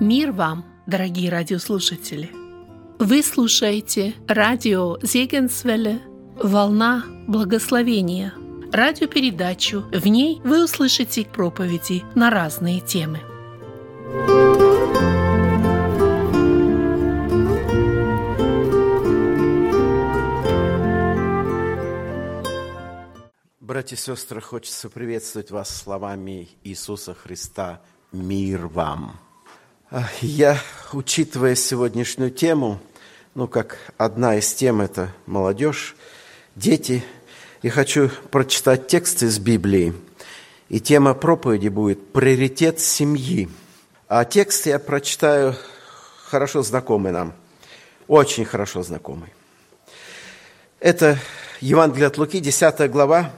Мир вам, дорогие радиослушатели! Вы слушаете радио Зегенсвелле «Волна благословения», радиопередачу. В ней вы услышите проповеди на разные темы. Братья и сестры, хочется приветствовать вас словами Иисуса Христа «Мир вам». Я, учитывая сегодняшнюю тему, как одна из тем – это молодежь, дети, я хочу прочитать текст из Библии, и тема проповеди будет «Приоритет семьи». А текст я прочитаю хорошо знакомый нам, очень хорошо знакомый. Это Евангелие от Луки, 10 глава,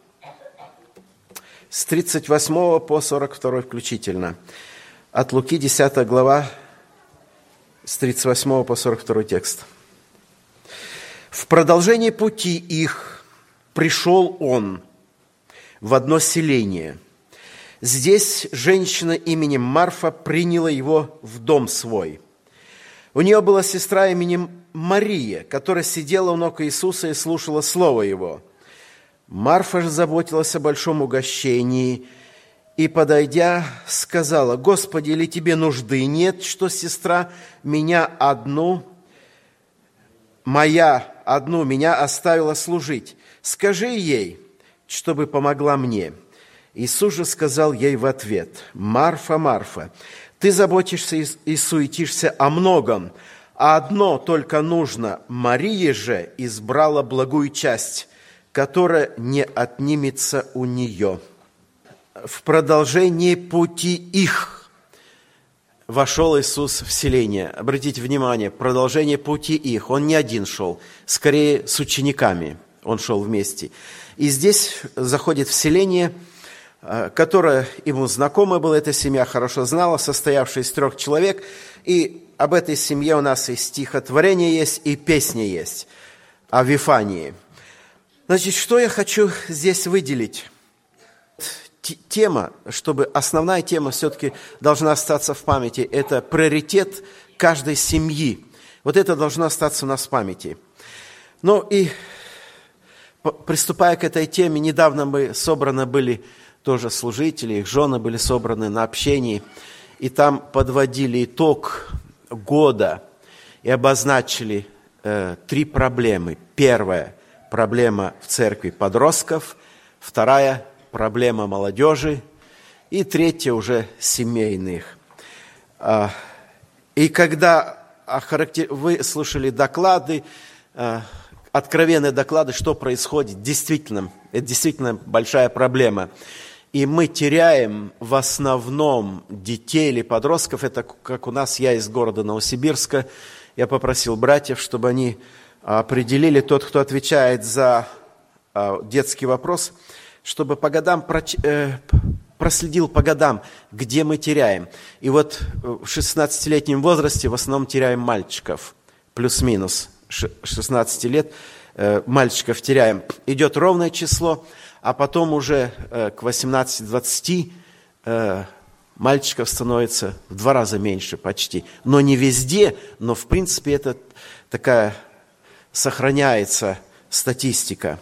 с 38 по 42 включительно. От Луки, 10 глава, с 38 по 42 текст. «В продолжении пути их пришел он в одно селение. Здесь женщина именем Марфа приняла его в дом свой. У нее была сестра именем Мария, которая сидела у ног Иисуса и слушала слово его. Марфа же заботилась о большом угощении и, подойдя, сказала: «Господи, или тебе нужды нет, что сестра меня одну меня оставила служить? Скажи ей, чтобы помогла мне». Иисус же сказал ей в ответ: «Марфа, Марфа, ты заботишься и суетишься о многом, а одно только нужно. Мария же избрала благую часть, которая не отнимется у нее». В продолжении пути их вошел Иисус в селение. Обратите внимание, продолжение пути их. Он не один шел, скорее с учениками он шел вместе. И здесь заходит в селение, которое ему знакомо было, эта семья хорошо знала, состоявшая из 3 человек. И об этой семье у нас и стихотворение есть, и песня есть о Вифании. Значит, что я хочу здесь выделить? Тема, чтобы основная тема все-таки должна остаться в памяти, это приоритет каждой семьи. Вот это должно остаться у нас в памяти. Ну и приступая к этой теме, недавно мы собраны были тоже служители, их жены были собраны на общении, и там подводили итог года и обозначили 3 проблемы. Первая – проблема в церкви подростков, вторая – проблема молодежи, и третья уже семейных. И когда вы слушали доклады, откровенные доклады, что происходит, это действительно большая проблема. И мы теряем в основном детей или подростков. Это как у нас, я из города Новосибирска, я попросил братьев, чтобы они определили, тот, кто отвечает за детский вопрос, чтобы по годам проследил по годам, где мы теряем. И вот в 16-летнем возрасте в основном теряем мальчиков, плюс-минус 16 лет мальчиков теряем. Идет ровное число, а потом уже к 18-20 мальчиков становится в 2 раза меньше почти. Но не везде, но в принципе это такая сохраняется статистика.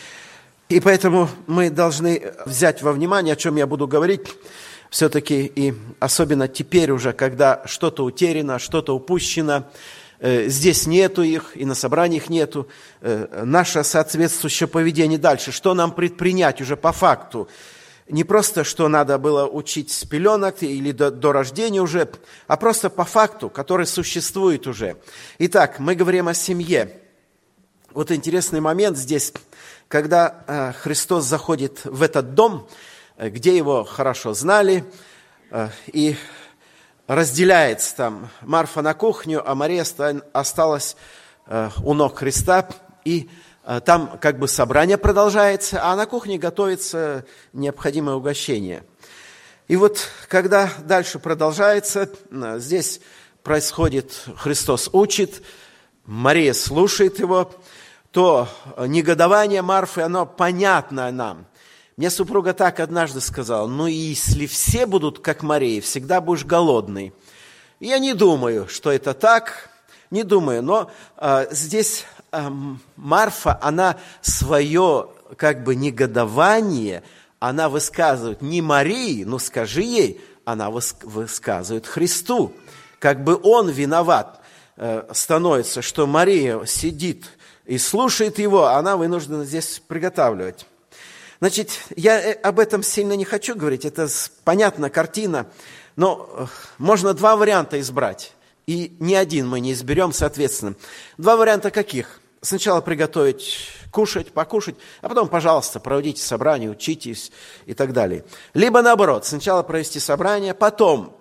И поэтому мы должны взять во внимание, о чем я буду говорить, все-таки и особенно теперь уже, когда что-то утеряно, что-то упущено, здесь нету их, и на собраниях нету, наше соответствующее поведение дальше, что нам предпринять уже по факту. Не просто, что надо было учить с пеленок или до рождения уже, а просто по факту, который существует уже. Итак, мы говорим о семье. Вот интересный момент здесь, когда Христос заходит в этот дом, где его хорошо знали, и разделяется там Марфа на кухню, а Мария осталась у ног Христа, и там как бы собрание продолжается, а на кухне готовится необходимое угощение. И вот когда дальше продолжается, здесь происходит, Христос учит, Мария слушает его, то негодование Марфы, оно понятно нам. Мне супруга так однажды сказала: ну, если все будут как Мария, всегда будешь голодный. Я не думаю, что это так, не думаю, но здесь Марфа, она свое негодование, она высказывает не Марии, но скажи ей, она высказывает Христу. Он виноват становится, что Мария сидит и слушает его, она вынуждена здесь приготавливать. Значит, я об этом сильно не хочу говорить, это понятна картина, но можно два варианта избрать, и ни один мы не изберем, соответственно. Два варианта каких? Сначала приготовить, кушать, покушать, а потом, пожалуйста, проводите собрание, учитесь и так далее. Либо наоборот, сначала провести собрание, потом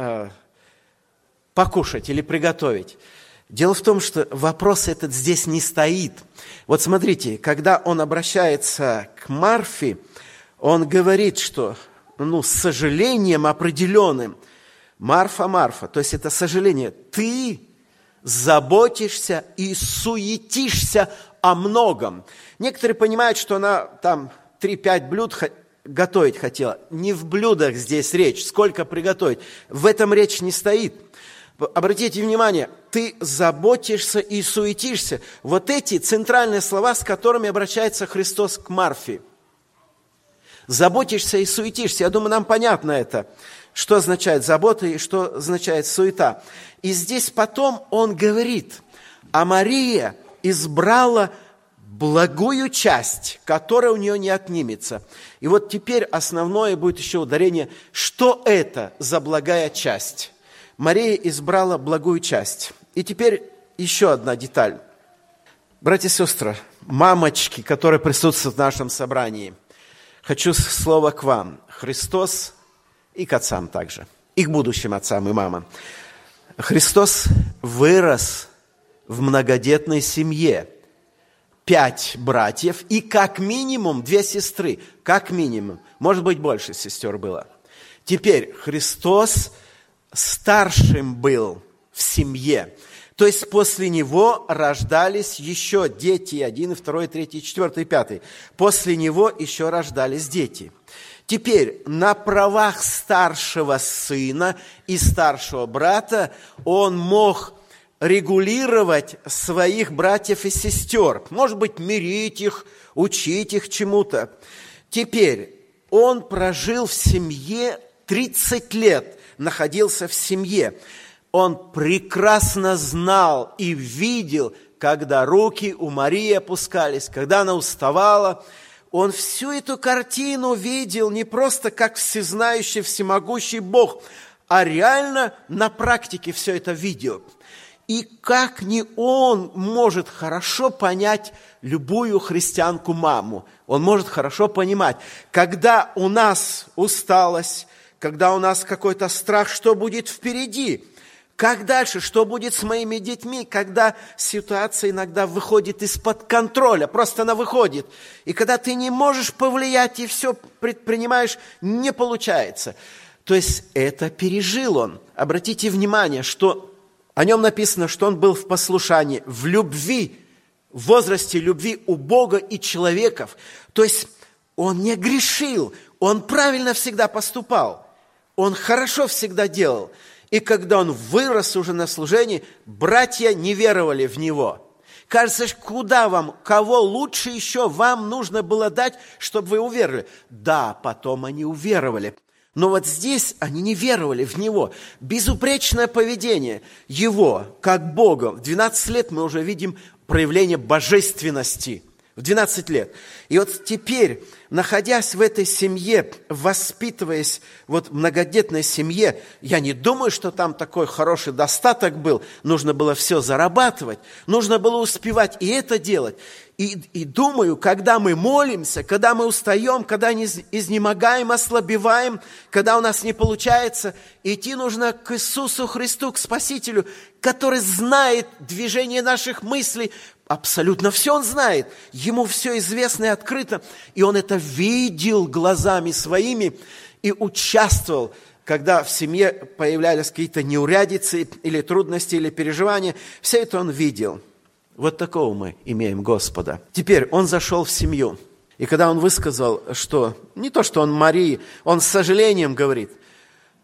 покушать или приготовить. Дело в том, что вопрос этот здесь не стоит. Вот смотрите, когда он обращается к Марфе, он говорит, что, с сожалением определенным, Марфа, Марфа, то есть это сожаление, ты заботишься и суетишься о многом. Некоторые понимают, что она там 3-5 блюд готовить хотела. Не в блюдах здесь речь, сколько приготовить. В этом речь не стоит. Обратите внимание, ты заботишься и суетишься. Вот эти центральные слова, с которыми обращается Христос к Марфе. Заботишься и суетишься. Я думаю, нам понятно это, что означает забота и что означает суета. И здесь потом он говорит, а Мария избрала благую часть, которая у нее не отнимется. И вот теперь основное будет еще ударение, что это за благая часть. Мария избрала благую часть. И теперь еще одна деталь. Братья и сестры, мамочки, которые присутствуют в нашем собрании, хочу слово к вам. Христос и к отцам также, и к будущим отцам и мамам. Христос вырос в многодетной семье. 5 братьев и как минимум 2 сестры. Как минимум. Может быть, больше сестер было. Теперь Христос старшим был в семье. То есть после него рождались еще дети, 1, 2, 3, 4, 5. После него еще рождались дети. Теперь на правах старшего сына и старшего брата он мог регулировать своих братьев и сестер. Может быть, мирить их, учить их чему-то. Теперь он прожил в семье 30 лет. Находился в семье, он прекрасно знал и видел, когда руки у Марии опускались, когда она уставала. Он всю эту картину видел не просто как всезнающий, всемогущий Бог, а реально на практике все это видел. И как ни он может хорошо понять любую христианку-маму. Он может хорошо понимать, когда у нас усталость, когда у нас какой-то страх, что будет впереди, как дальше, что будет с моими детьми, когда ситуация иногда выходит из-под контроля, просто она выходит. И когда ты не можешь повлиять и все предпринимаешь, не получается. То есть это пережил он. Обратите внимание, что о нем написано, что он был в послушании, в любви, в возрасте любви у Бога и человеков. То есть он не грешил, он правильно всегда поступал. Он хорошо всегда делал. И когда он вырос уже на служении, братья не веровали в него. Кажется, куда вам, кого лучше еще вам нужно было дать, чтобы вы уверовали? Да, потом они уверовали. Но вот здесь они не веровали в него. Безупречное поведение его, как Бога. В 12 лет мы уже видим проявление божественности. В 12 лет. И вот теперь, находясь в этой семье, воспитываясь в многодетной семье, я не думаю, что там такой хороший достаток был. Нужно было все зарабатывать, нужно было успевать и это делать. И думаю, когда мы молимся, когда мы устаем, когда не изнемогаем, ослабеваем, когда у нас не получается, идти нужно к Иисусу Христу, к Спасителю, который знает движение наших мыслей. Абсолютно все он знает. Ему все известно и открыто. И он это видел глазами своими и участвовал, когда в семье появлялись какие-то неурядицы или трудности, или переживания. Все это он видел. Вот такого мы имеем Господа. Теперь он зашел в семью. И когда он высказал, что не то, что он Марии, он с сожалением говорит,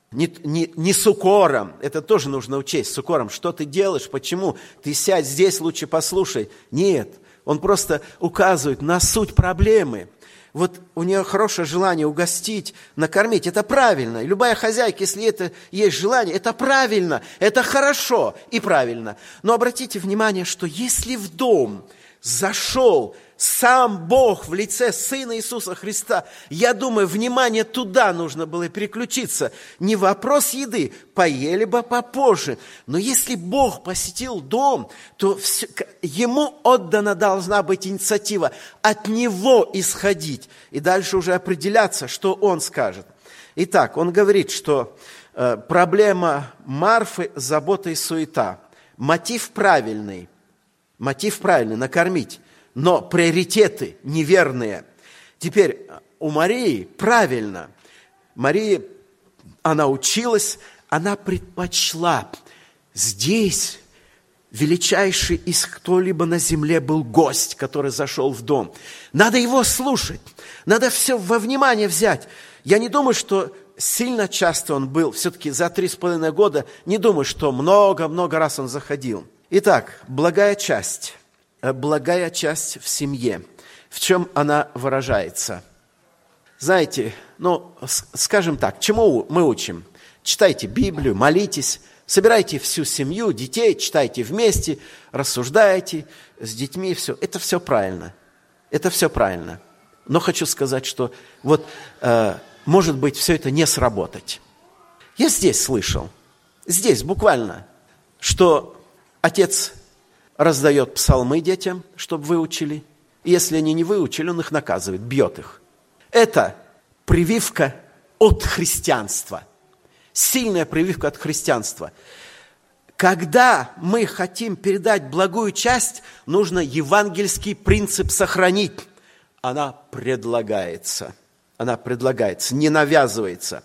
не с укором, это тоже нужно учесть, с укором, что ты делаешь, почему, ты сядь здесь, лучше послушай. Нет, он просто указывает на суть проблемы. Вот у нее хорошее желание угостить, накормить, это правильно. И любая хозяйка, если это есть желание, это правильно, это хорошо и правильно. Но обратите внимание, что если в дом зашел сам Бог в лице Сына Иисуса Христа, я думаю, внимание туда нужно было переключиться. Не вопрос еды, поели бы попозже. Но если Бог посетил дом, то Ему отдана должна быть инициатива от Него исходить. И дальше уже определяться, что Он скажет. Итак, он говорит, что проблема Марфы – забота и суета. Мотив правильный, накормить. Но приоритеты неверные. Теперь у Марии правильно. Мария, она училась, она предпочла. Здесь величайший из кто-либо на земле был гость, который зашел в дом. Надо его слушать, надо все во внимание взять. Я не думаю, что сильно часто он был, все-таки за 3,5 года, не думаю, что много-много раз он заходил. Итак, благая часть в семье. В чем она выражается? Знаете, скажем так, чему мы учим? Читайте Библию, молитесь, собирайте всю семью, детей, читайте вместе, рассуждайте с детьми, все. Это все правильно. Но хочу сказать, что может быть все это не сработать. Я здесь слышал, буквально, что отец раздает псалмы детям, чтобы выучили. И если они не выучили, он их наказывает, бьет их. Это прививка от христианства. Сильная прививка от христианства. Когда мы хотим передать благую часть, нужно евангельский принцип сохранить. Она предлагается, не навязывается.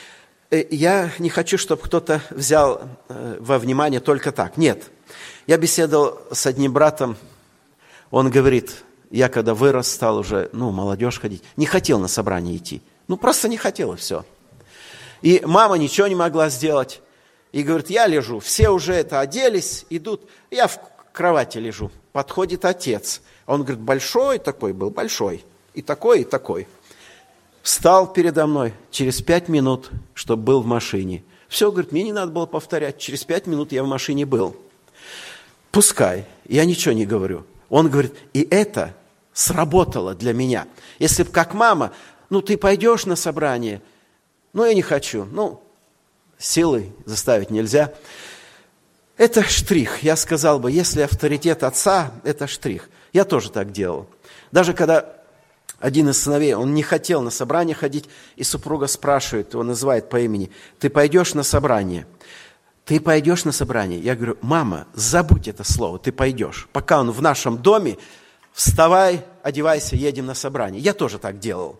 Я не хочу, чтобы кто-то взял во внимание только так. Нет. Я беседовал с одним братом, он говорит, я когда вырос, стал уже, молодежь ходить, не хотел на собрание идти. Просто не хотел, и все. И мама ничего не могла сделать. И говорит, я лежу, все уже оделись, идут, я в кровати лежу. Подходит отец. Он говорит, большой такой был, большой, и такой, и такой. Встал передо мной через 5 минут, чтобы был в машине. Все, говорит, мне не надо было повторять, через 5 минут я в машине был. Пускай, я ничего не говорю. Он говорит, и это сработало для меня. Если бы как мама, ты пойдешь на собрание, я не хочу, силой заставить нельзя. Это штрих, я сказал бы, если авторитет отца, это штрих. Я тоже так делал. Даже когда один из сыновей, он не хотел на собрание ходить, и супруга спрашивает, он называет по имени, ты пойдешь на собрание? Ты пойдешь на собрание? Я говорю, мама, забудь это слово, ты пойдешь. Пока он в нашем доме, вставай, одевайся, едем на собрание. Я тоже так делал.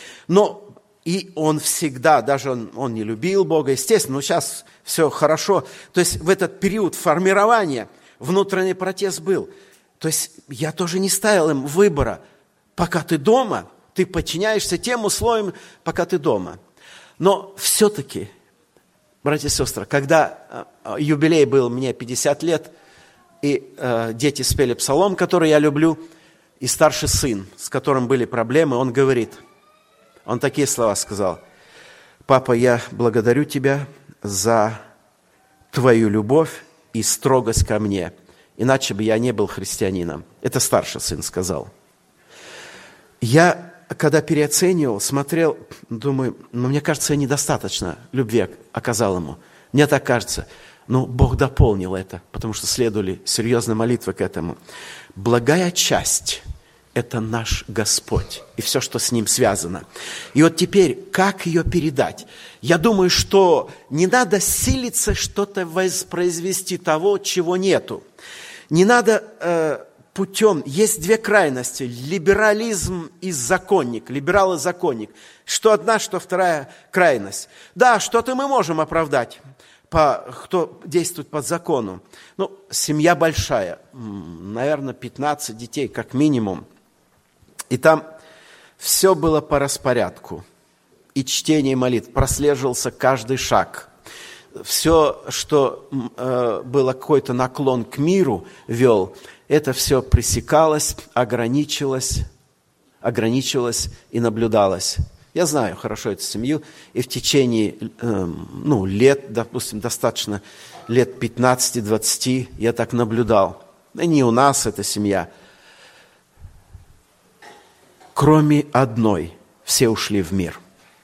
И он всегда, даже он не любил Бога, естественно, но сейчас все хорошо. То есть в этот период формирования внутренний протест был. То есть я тоже не ставил им выбора. Пока ты дома, ты подчиняешься тем условиям, пока ты дома. Но все-таки, братья и сестры, когда юбилей был мне 50 лет, и дети спели псалом, который я люблю, и старший сын, с которым были проблемы, он говорит, он такие слова сказал, папа, я благодарю тебя за твою любовь и строгость ко мне, иначе бы я не был христианином. Это старший сын сказал. Я, когда переоценивал, смотрел, думаю, мне кажется, я недостаточно любви оказал ему. Мне так кажется. Бог дополнил это, потому что следовали серьезные молитвы к этому. Благая часть – это наш Господь и все, что с Ним связано. И вот теперь, как ее передать? Я думаю, что не надо силиться что-то воспроизвести того, чего нету. Не надо путем, есть две крайности, либерализм и законник, либерал и законник. Что одна, что вторая крайность. Да, что-то мы можем оправдать, кто действует по закону. Семья большая, наверное, 15 детей как минимум. И там все было по распорядку. и чтения молитв прослеживался каждый шаг. Все, что было какой-то наклон к миру вел, это все пресекалось, ограничивалось и наблюдалось. Я знаю хорошо эту семью, и в течение лет, допустим, достаточно лет 15-20 я так наблюдал. И не у нас эта семья. Кроме одной, все ушли в мир.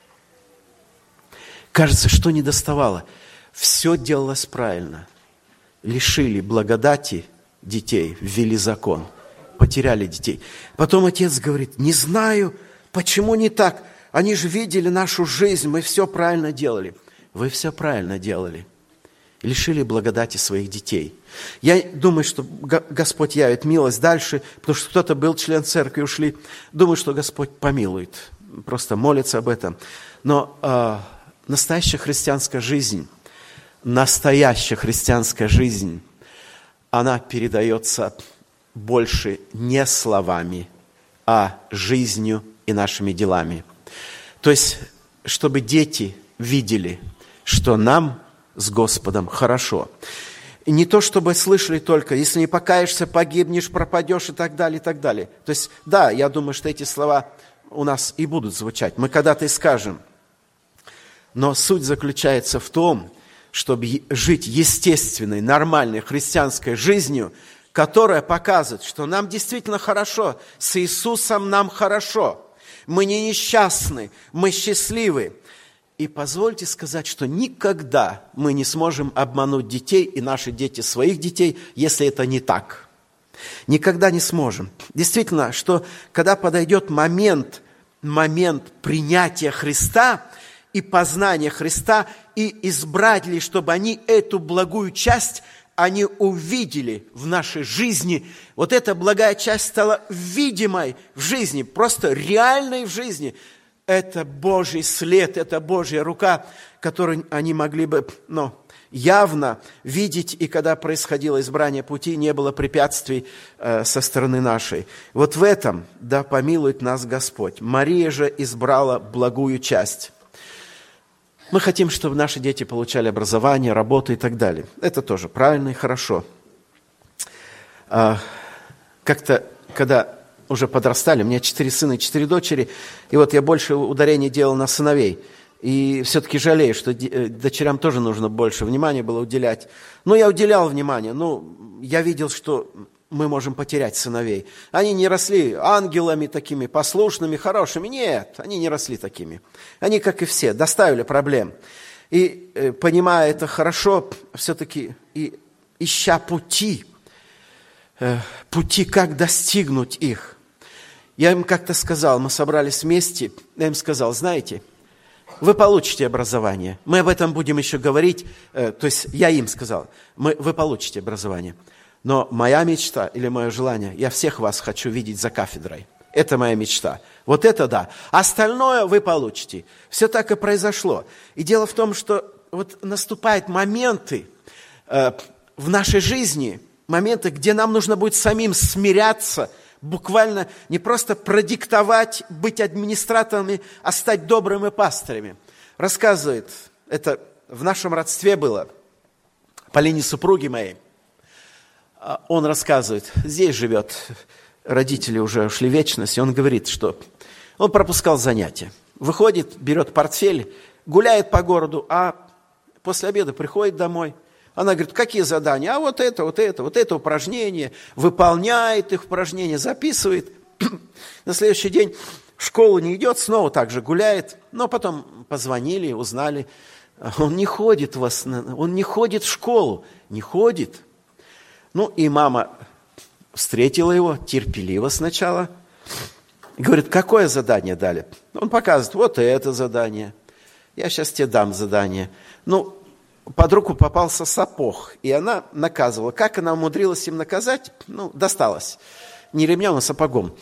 Кажется, что недоставало. Все делалось правильно. Лишили благодати детей, ввели закон, потеряли детей. Потом отец говорит: не знаю, почему не так. Они же видели нашу жизнь, мы все правильно делали. Вы все правильно делали. Лишили благодати своих детей. Я думаю, что Господь явит милость дальше, потому что кто-то был член церкви, ушли. Думаю, что Господь помилует. Просто молится об этом. Но настоящая христианская жизнь, она передается больше не словами, а жизнью и нашими делами. То есть, чтобы дети видели, что нам с Господом хорошо. И не то, чтобы слышали только: если не покаешься, погибнешь, пропадешь и так далее, и так далее. То есть, да, я думаю, что эти слова у нас и будут звучать. Мы когда-то и скажем. Но суть заключается в том, чтобы жить естественной, нормальной христианской жизнью, которая показывает, что нам действительно хорошо, с Иисусом нам хорошо. Мы не несчастны, мы счастливы. И позвольте сказать, что никогда мы не сможем обмануть детей и наши дети своих детей, если это не так. Никогда не сможем. Действительно, что когда подойдет момент принятия Христа и познания Христа, и избрателей, чтобы они эту благую часть, они увидели в нашей жизни. Вот эта благая часть стала видимой в жизни, просто реальной в жизни. Это Божий след, это Божья рука, которую они могли бы явно видеть. И когда происходило избрание пути, не было препятствий со стороны нашей. Вот в этом, да помилует нас Господь. Мария же избрала благую часть. Мы хотим, чтобы наши дети получали образование, работу и так далее. Это тоже правильно и хорошо. Как-то, когда уже подрастали, у меня 4 сына и 4 дочери, и вот я больше ударения делал на сыновей. И все-таки жалею, что дочерям тоже нужно больше внимания было уделять. Но я уделял внимание, я видел, что мы можем потерять сыновей. Они не росли ангелами такими, послушными, хорошими. Нет, они не росли такими. Они, как и все, доставили проблем. И, понимая это хорошо, все-таки и ища пути, как достигнуть их. Я им как-то сказал, мы собрались вместе, я им сказал: знаете, вы получите образование. Мы об этом будем еще говорить. То есть я им сказал: вы получите образование. Но моя мечта или мое желание, я всех вас хочу видеть за кафедрой. Это моя мечта. Вот это да. Остальное вы получите. Все так и произошло. И дело в том, что вот наступают моменты в нашей жизни, моменты, где нам нужно будет самим смиряться, буквально не просто продиктовать, быть администраторами, а стать добрыми пастырями. Рассказывает, это в нашем родстве было, по линии супруги моей. Он рассказывает, здесь живет, родители уже ушли в вечность, и он говорит, что он пропускал занятия. Выходит, берет портфель, гуляет по городу, а после обеда приходит домой. Она говорит: какие задания? А вот это упражнение. Выполняет их упражнения, записывает. На следующий день в школу не идет, снова так же гуляет. Но потом позвонили, узнали. Он не ходит в школу, не ходит. И мама встретила его терпеливо сначала. Говорит: какое задание дали? Он показывает: вот это задание. Я сейчас тебе дам задание. Под руку попался сапог, и она наказывала. Как она умудрилась им наказать? Досталось. Не ремнем, а сапогом.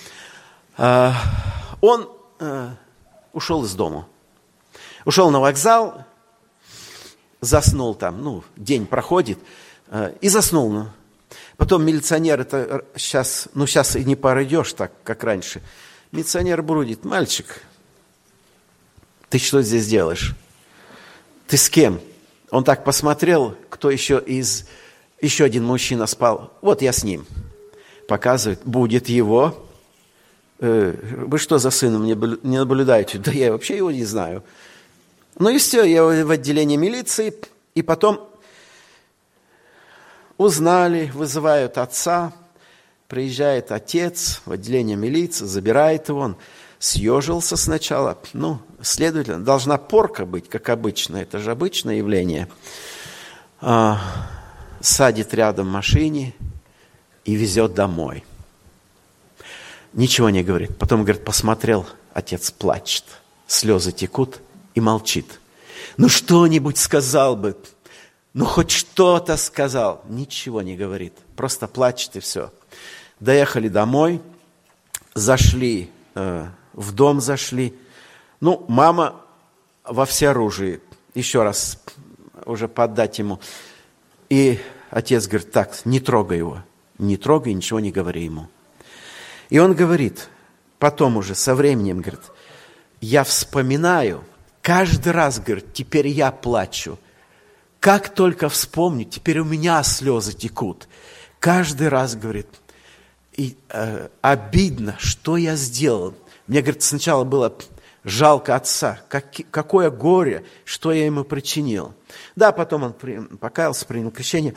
Он ушел из дома. Ушел на вокзал, заснул там. День проходит, и заснул. Потом милиционер, это сейчас и не порыдешь так, как раньше. Милиционер бродит: мальчик, Ты что здесь делаешь? Ты с кем? Он так посмотрел, кто еще один мужчина спал. Вот я с ним. Показывает, будет его. Вы что за сыном не наблюдаете? Да я вообще его не знаю. Ну и все, я в отделении милиции. И потом узнали, вызывают отца. Приезжает отец в отделение милиции, забирает его. Он съежился сначала. Следовательно, должна порка быть, как обычно. Это же обычное явление. Садит рядом в машине и везет домой. Ничего не говорит. Потом, говорит, посмотрел, отец плачет. Слезы текут и молчит. Что-нибудь сказал бы. Хоть что-то сказал. Ничего не говорит. Просто плачет и все. Доехали домой. Зашли в дом зашли. Мама во всеоружии. Еще раз уже поддать ему. И отец говорит, так, не трогай его. Не трогай, ничего не говори ему. И он говорит, потом уже со временем, говорит, я вспоминаю, каждый раз, говорит, теперь я плачу. Как только вспомню, теперь у меня слезы текут. Каждый раз, говорит, и обидно, что я сделал. Мне, говорит, сначала было жалко отца, какое горе, что я ему причинил. Да, потом он покаялся, принял крещение.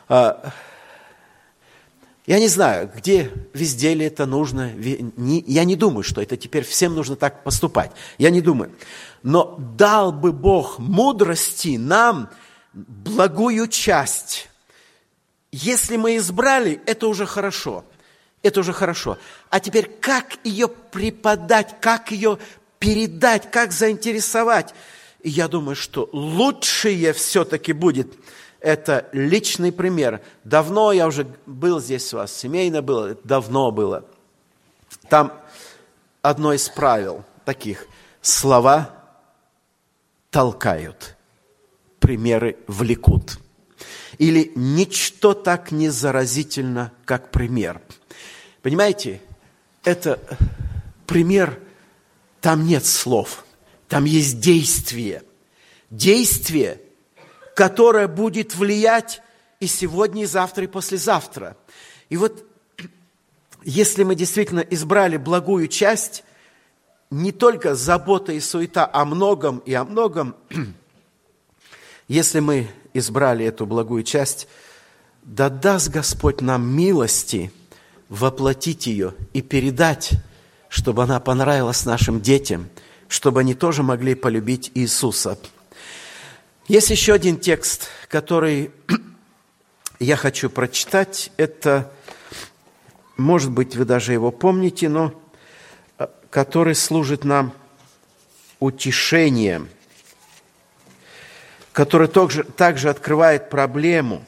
Я не знаю, везде ли это нужно. Я не думаю, что это теперь всем нужно так поступать. Я не думаю. Но дал бы Бог мудрости нам благую часть. Если мы избрали, это уже хорошо. Это уже хорошо. А теперь как ее преподать, как ее передать, как заинтересовать? И я думаю, что лучшее все-таки будет это личный пример. Давно я уже был здесь у вас, семейно было, давно было. Там одно из правил таких. Слова толкают, примеры влекут. Или ничто так не заразительно, как пример. Понимаете, это пример, там нет слов, там есть действие. Действие, которое будет влиять и сегодня, и завтра, и послезавтра. И вот, если мы действительно избрали благую часть, не только забота и суета о многом и о многом, если мы избрали эту благую часть, да даст Господь нам милости воплотить ее и передать, чтобы она понравилась нашим детям, чтобы они тоже могли полюбить Иисуса. Есть еще один текст, который я хочу прочитать. Это, может быть, вы даже его помните, но который служит нам утешением, который также открывает проблему.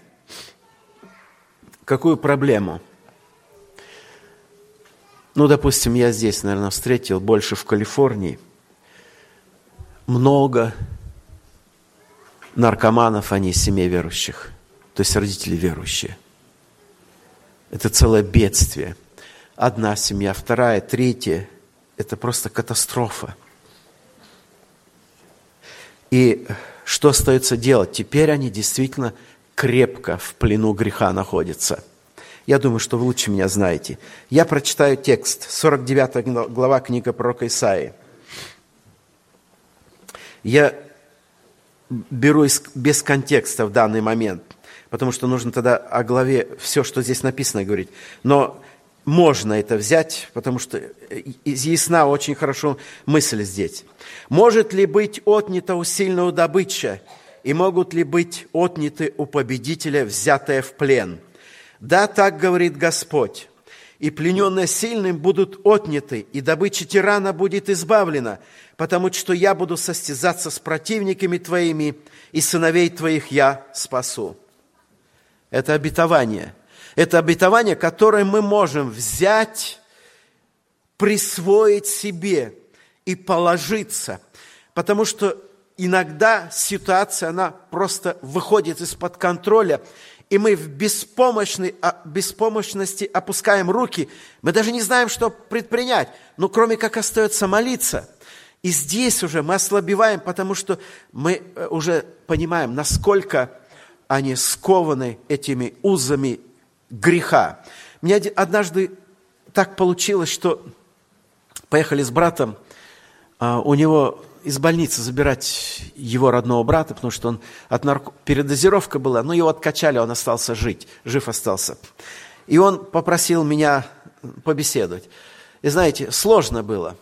Какую проблему? Допустим, я здесь, наверное, встретил, больше в Калифорнии, много наркоманов, они из семей верующих, то есть родители верующие. Это целое бедствие. Одна семья, вторая, третья. Это просто катастрофа. И что остается делать? Теперь они действительно крепко в плену греха находятся. Я думаю, что вы лучше меня знаете. Я прочитаю текст, 49 глава книга пророка Исаии. Я беру без контекста в данный момент, потому что нужно тогда о главе все, что здесь написано, говорить. Но можно это взять, потому что ясна очень хорошо мысль здесь. «Может ли быть отнята у сильного добыча, и могут ли быть отняты у победителя, взятая в плен? Да, так говорит Господь, и плененные сильным будут отняты, и добыча тирана будет избавлена, потому что я буду состязаться с противниками твоими, и сыновей твоих я спасу». Это обетование. Это обетование, которое мы можем взять, присвоить себе и положиться. Потому что иногда ситуация, она просто выходит из-под контроля, и мы в беспомощности опускаем руки. Мы даже не знаем, что предпринять, но кроме как остается молиться. И здесь уже мы ослабеваем, потому что мы уже понимаем, насколько они скованы этими узами греха. Мне однажды так получилось, что поехали с братом, у него из больницы забирать его родного брата, потому что он передозировка была, но его откачали, он остался жить, жив остался. И он попросил меня побеседовать. И знаете, сложно было.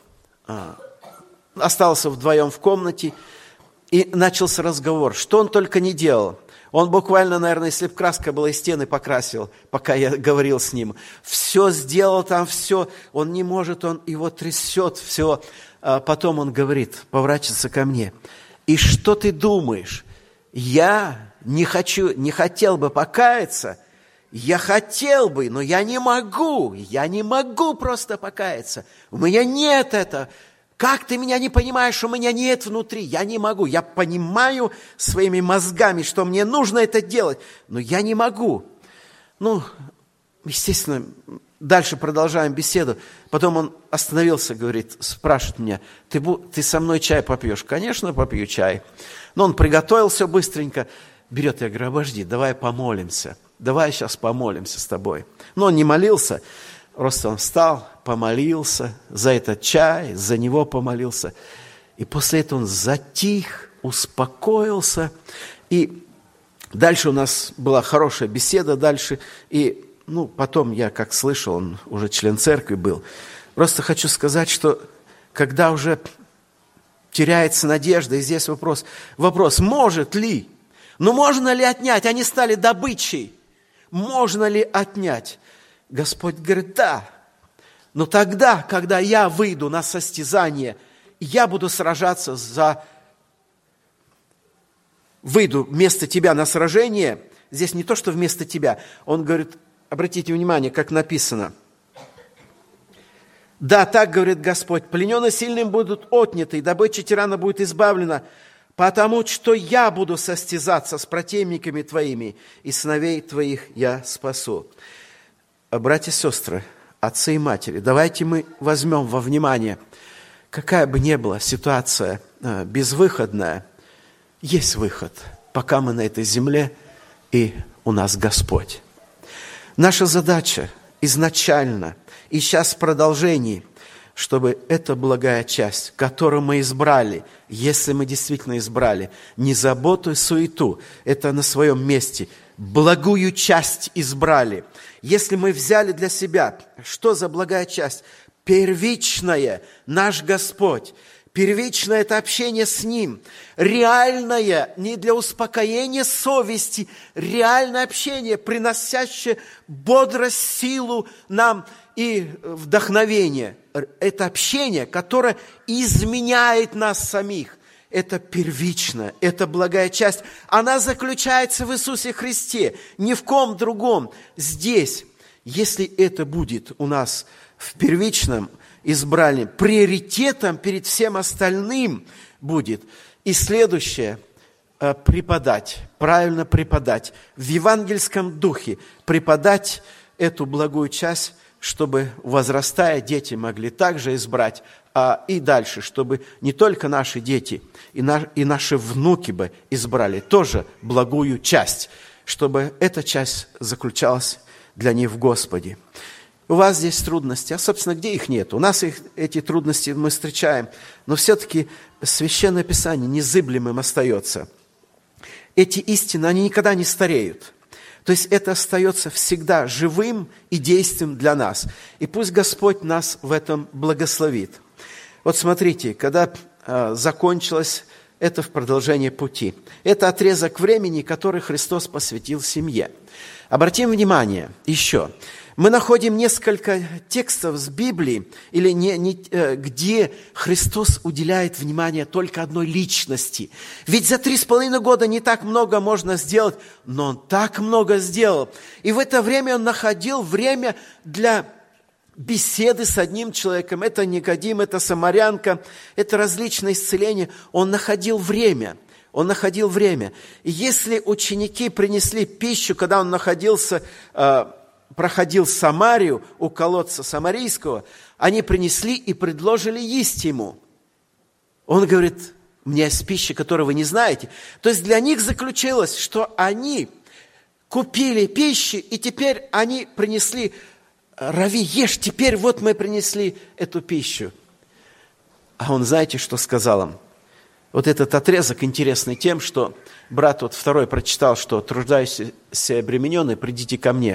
Остался вдвоем в комнате, и начался разговор. Что он только не делал. Он буквально, наверное, если бы краска была, и стены покрасил, пока я говорил с ним. Все сделал там, все. Он не может, он его трясет, все. Потом он говорит, поворачивается ко мне. И что ты думаешь? Я не хотел бы покаяться. Я хотел бы, но я не могу. Я не могу просто покаяться. У меня нет этого. Как ты меня не понимаешь, у меня нет внутри, я не могу. Я понимаю своими мозгами, что мне нужно это делать, но я не могу. Естественно, дальше продолжаем беседу. Потом он остановился, говорит, спрашивает меня, ты со мной чай попьешь? Конечно, попью чай. Но он приготовил все быстренько, берет, я говорю, обожди, давай помолимся. Давай сейчас помолимся с тобой. Но он не молился. Просто он встал, помолился за этот чай, за него помолился. И после этого он затих, успокоился. И дальше у нас была хорошая беседа дальше. И потом я, как слышал, он уже член церкви был. Просто хочу сказать, что когда уже теряется надежда, и здесь вопрос, может ли? Можно ли отнять? Они стали добычей. Можно ли отнять? Господь говорит, да, но тогда, когда я выйду на состязание, я буду сражаться выйду вместо тебя на сражение, здесь не то, что вместо тебя, он говорит, обратите внимание, как написано, да, так говорит Господь, плененные сильным будут отняты, и добыча тирана будет избавлена, потому что я буду состязаться с противниками твоими, и сыновей твоих я спасу. Братья и сестры, отцы и матери, давайте мы возьмем во внимание, какая бы ни была ситуация безвыходная, есть выход, пока мы на этой земле, и у нас Господь. Наша задача изначально, и сейчас в продолжении, чтобы эта благая часть, которую мы избрали, если мы действительно избрали, не заботу и суету, это на своем месте, благую часть избрали. Если мы взяли для себя, что за благая часть? Первичное, наш Господь. Первичное – это общение с Ним. Реальное, не для успокоения совести, реальное общение, приносящее бодрость, силу нам и вдохновение. Это общение, которое изменяет нас самих. Это первичная, это благая часть. Она заключается в Иисусе Христе, ни в ком другом. Здесь, если это будет у нас в первичном избрании, приоритетом перед всем остальным будет. И следующее – преподать, правильно преподать, в евангельском духе преподать эту благую часть, чтобы, возрастая, дети могли также избрать, и дальше, чтобы не только наши дети, и наши внуки бы избрали тоже благую часть, чтобы эта часть заключалась для них в Господе. У вас здесь трудности, а, собственно, где их нет? У нас эти трудности мы встречаем, но все-таки Священное Писание незыблемым остается. Эти истины, они никогда не стареют. То есть это остается всегда живым и действенным для нас. И пусть Господь нас в этом благословит. Вот смотрите, когда закончилось это в продолжение пути. Это отрезок времени, который Христос посвятил семье. Обратим внимание еще. Мы находим несколько текстов с Библии, где Христос уделяет внимание только одной личности. Ведь за 3,5 года не так много можно сделать, но Он так много сделал. И в это время Он находил время для беседы с одним человеком. Это Никодим, это самарянка, это различные исцеления. Он находил время. Он находил время. И если ученики принесли пищу, когда Он проходил Самарию у колодца Самарийского, они принесли и предложили есть Ему. Он говорит, у меня есть пища, которую вы не знаете. То есть для них заключилось, что они купили пищу, и теперь они принесли, Рави, ешь, теперь вот мы принесли эту пищу. А он, знаете, что сказал им? Вот этот отрезок интересный тем, что брат вот второй прочитал, что труждающиеся и обремененные, придите ко мне.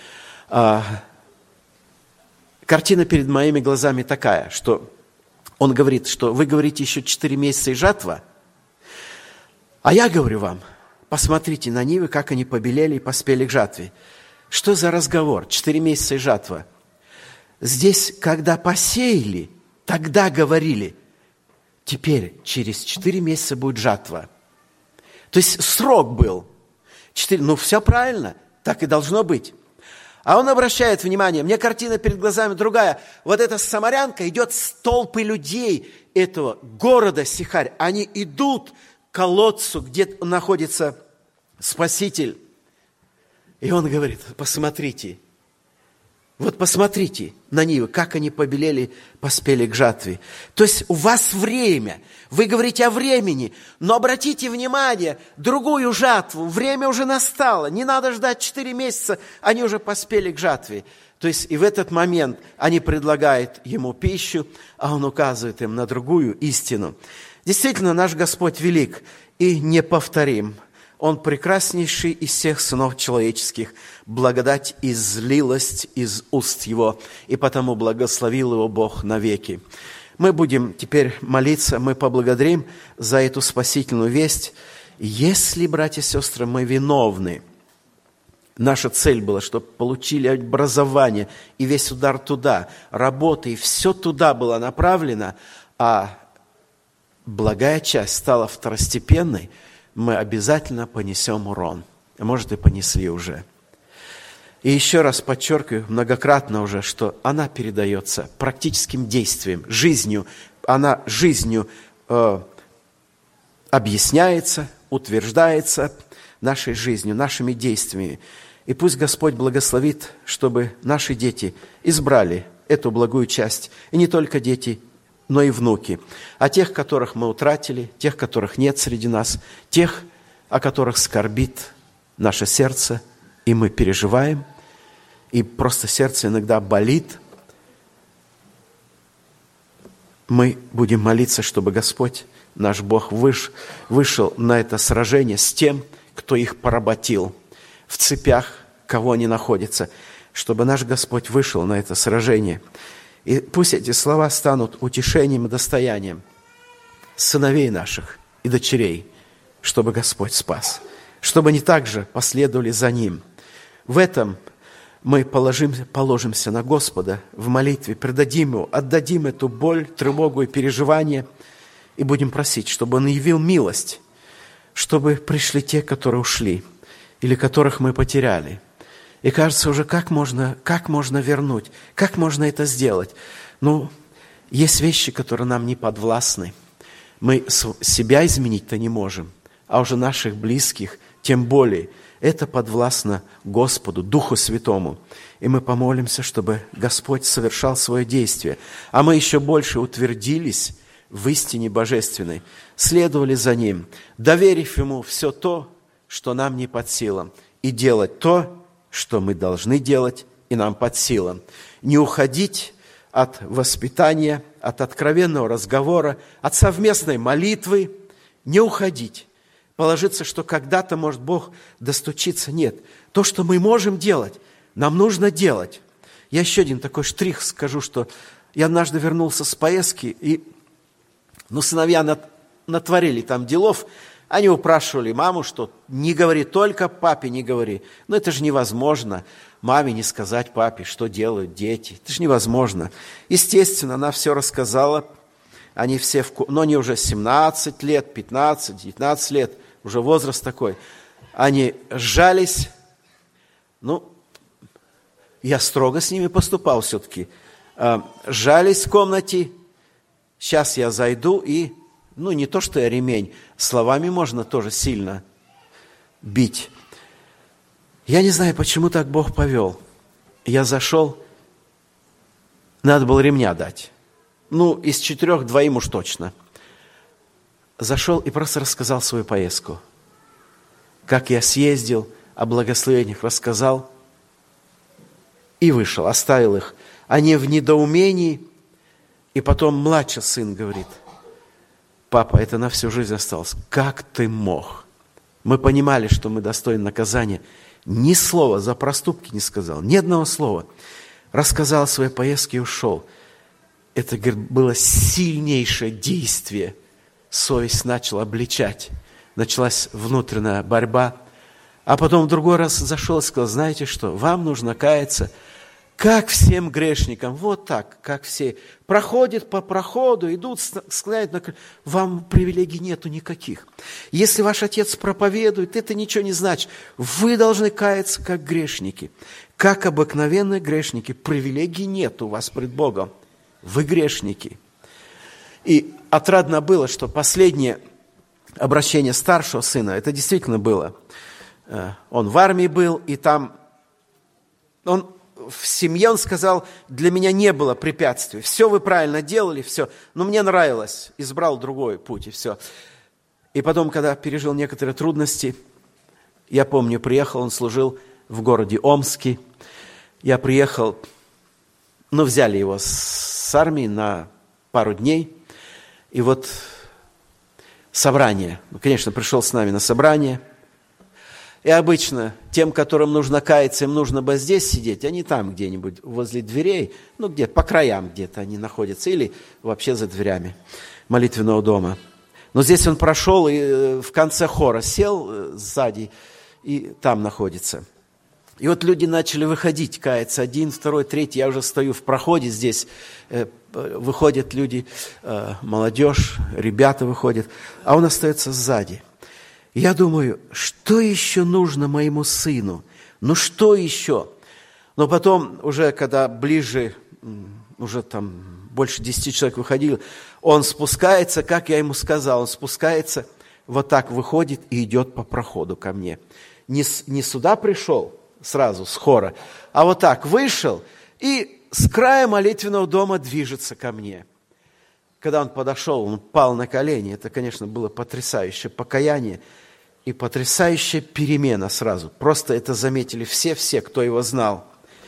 Картина перед моими глазами такая, что он говорит, что вы говорите еще 4 месяца и жатва, а я говорю вам, посмотрите на нивы, как они побелели и поспели к жатве. Что за разговор? 4 месяца и жатва. Здесь, когда посеяли, тогда говорили, теперь через 4 месяца будет жатва. То есть срок был. 4, ну все правильно, так и должно быть. А он обращает внимание, мне картина перед глазами другая. Вот эта самарянка, идет с толпы людей этого города Сихарь. Они идут к колодцу, где находится Спаситель. И он говорит, посмотрите, вот посмотрите на нивы, как они побелели, поспели к жатве. То есть у вас время, вы говорите о времени, но обратите внимание, другую жатву, время уже настало, не надо ждать 4 месяца, они уже поспели к жатве. То есть и в этот момент они предлагают ему пищу, а он указывает им на другую истину. Действительно, наш Господь велик и неповторим. Он прекраснейший из всех сынов человеческих. Благодать излилась из уст Его, и потому благословил Его Бог навеки. Мы будем теперь молиться, мы поблагодарим за эту спасительную весть. Если, братья и сестры, мы виновны, наша цель была, чтобы получили образование, и весь удар туда, работа, и все туда было направлено, а благая часть стала второстепенной, мы обязательно понесем урон. А может, и понесли уже. И еще раз подчеркиваю, многократно уже, что она передается практическим действием, жизнью. Она жизнью объясняется, утверждается нашей жизнью, нашими действиями. И пусть Господь благословит, чтобы наши дети избрали эту благую часть. И не только дети, но и внуки, о тех, которых мы утратили, тех, которых нет среди нас, тех, о которых скорбит наше сердце, и мы переживаем, и просто сердце иногда болит. Мы будем молиться, чтобы Господь, наш Бог, вышел на это сражение с тем, кто их поработил, в цепях, кого они находятся, чтобы наш Господь вышел на это сражение. И пусть эти слова станут утешением и достоянием сыновей наших и дочерей, чтобы Господь спас, чтобы они также последовали за Ним. В этом мы положимся на Господа в молитве, предадим Ему, отдадим эту боль, тревогу и переживание, и будем просить, чтобы Он явил милость, чтобы пришли те, которые ушли, или которых мы потеряли. И кажется уже, как можно вернуть, как можно это сделать? Ну, есть вещи, которые нам не подвластны. Мы себя изменить-то не можем, а уже наших близких, тем более. Это подвластно Господу, Духу Святому. И мы помолимся, чтобы Господь совершал свое действие. А мы еще больше утвердились в истине божественной, следовали за Ним, доверив Ему все то, что нам не под силам, и делать то, что мы должны делать, и нам под силам. Не уходить от воспитания, от откровенного разговора, от совместной молитвы, не уходить. Положиться, что когда-то, может, Бог достучится. Нет. То, что мы можем делать, нам нужно делать. Я еще один такой штрих скажу, что я однажды вернулся с поездки, и сыновья натворили там делов. Они упрашивали маму, что не говори, только папе не говори. Но это же невозможно. Маме не сказать папе, что делают дети. Это же невозможно. Естественно, она все рассказала. Они все, но они уже 17 лет, 15, 19 лет, уже возраст такой. Они сжались. Я строго с ними поступал все-таки. Сжались в комнате. Сейчас я зайду и... не то, что я ремень, словами можно тоже сильно бить. Я не знаю, почему так Бог повел. Я зашел, надо было ремня дать. Из 4 2 уж точно. зашел и просто рассказал свою поездку. Как я съездил, о благословениях рассказал и вышел, оставил их. Они в недоумении. И потом младший сын говорит: папа, это на всю жизнь осталось. Как ты мог? Мы понимали, что мы достойны наказания. Ни слова за проступки не сказал, ни одного слова. Рассказал о своей поездке и ушел. Это, говорит, было сильнейшее действие. Совесть начала обличать. Началась внутренняя борьба. А потом в другой раз зашел и сказал: знаете что, вам нужно каяться, как всем грешникам, вот так, как все. Проходят по проходу, идут, склоняют на колено. Вам привилегий нету никаких. Если ваш отец проповедует, это ничего не значит. Вы должны каяться, как грешники. Как обыкновенные грешники. Привилегий нет у вас пред Богом. Вы грешники. И отрадно было, что последнее обращение старшего сына, это действительно было. Он в армии был, и там он в семье, он сказал: для меня не было препятствий. Все вы правильно делали, все. Но мне нравилось. Избрал другой путь, и все. И потом, когда пережил некоторые трудности, я помню, приехал, он служил в городе Омске. Я приехал, взяли его с армии на пару дней. И вот собрание. Конечно, пришел с нами на собрание. И обычно тем, которым нужно каяться, им нужно бы здесь сидеть, они там где-нибудь возле дверей, где-то по краям где-то они находятся, или вообще за дверями молитвенного дома. Но здесь он прошел и в конце хора сел сзади, и там находится. И вот люди начали выходить, каяться, 1, 2, 3, я уже стою в проходе здесь, выходят люди, молодежь, ребята выходят, а он остается сзади. Я думаю, что еще нужно моему сыну? Что еще? Но потом, уже когда ближе, уже там больше 10 человек выходило, он спускается, как я ему сказал, он спускается, вот так выходит и идет по проходу ко мне. Не сюда пришел сразу, с хора, а вот так вышел и с края молитвенного дома движется ко мне. Когда он подошел, он пал на колени. Это, конечно, было потрясающее покаяние и потрясающая перемена сразу. Просто это заметили все, кто его знал.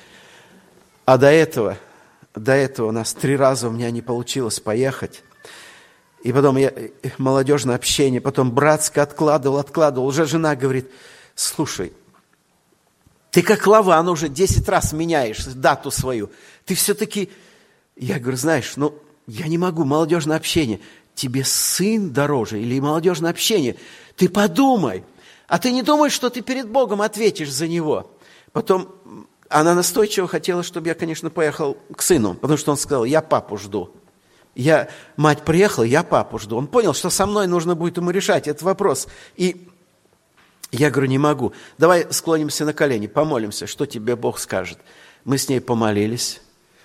А до этого у нас 3 раза у меня не получилось поехать. И потом молодежное общение, потом братское откладывал. Уже жена говорит: слушай, ты как Лаван уже 10 раз меняешь дату свою. Ты все-таки... Я говорю: знаешь, я не могу, молодежное общение. Тебе сын дороже или молодежное общение? Ты подумай. А ты не думаешь, что ты перед Богом ответишь за него? Потом она настойчиво хотела, чтобы я, конечно, поехал к сыну, потому что он сказал: я папу жду. Мать приехала, я папу жду. Он понял, что со мной нужно будет ему решать этот вопрос. И я говорю: не могу. Давай склонимся на колени, помолимся, что тебе Бог скажет. Мы с ней помолились.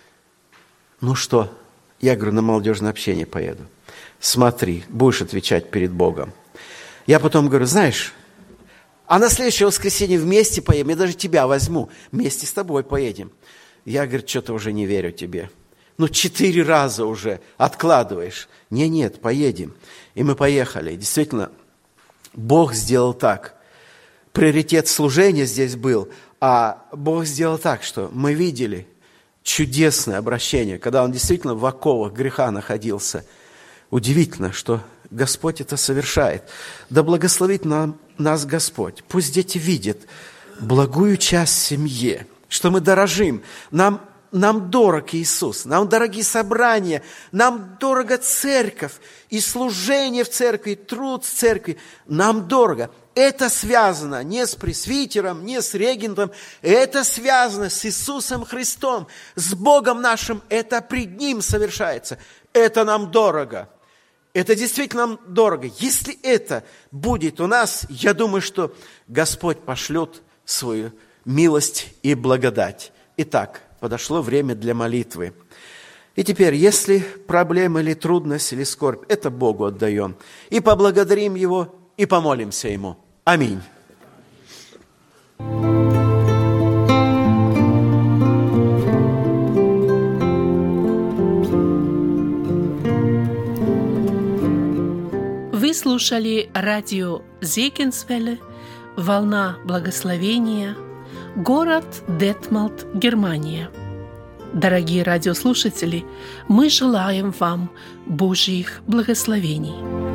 Что? Я говорю: на молодежное общение поеду. Смотри, будешь отвечать перед Богом. Я потом говорю: знаешь, а на следующее воскресенье вместе поедем, я даже тебя возьму, вместе с тобой поедем. Я, говорю, что-то уже не верю тебе. 4 раза уже откладываешь. Нет, поедем. И мы поехали. И действительно, Бог сделал так. Приоритет служения здесь был, а Бог сделал так, что мы видели чудесное обращение, когда он действительно в оковах греха находился. Удивительно, что Господь это совершает. Да благословит нас Господь. Пусть дети видят благую часть в семье, что мы дорожим. Нам дорог Иисус, нам дороги собрания, нам дорого церковь, и служение в церкви, и труд в церкви. Нам дорого. Это связано не с пресвитером, не с регентом, это связано с Иисусом Христом, с Богом нашим. Это пред Ним совершается. Это нам дорого. Это действительно нам дорого. Если это будет у нас, я думаю, что Господь пошлет свою милость и благодать. Итак, подошло время для молитвы. И теперь, если проблема или трудность, или скорбь, это Богу отдаем. И поблагодарим Его, и помолимся Ему. Аминь. Вы слушали радио Зегенсвелле, «Волна благословения», город Детмалт, Германия. Дорогие радиослушатели, мы желаем вам Божьих благословений.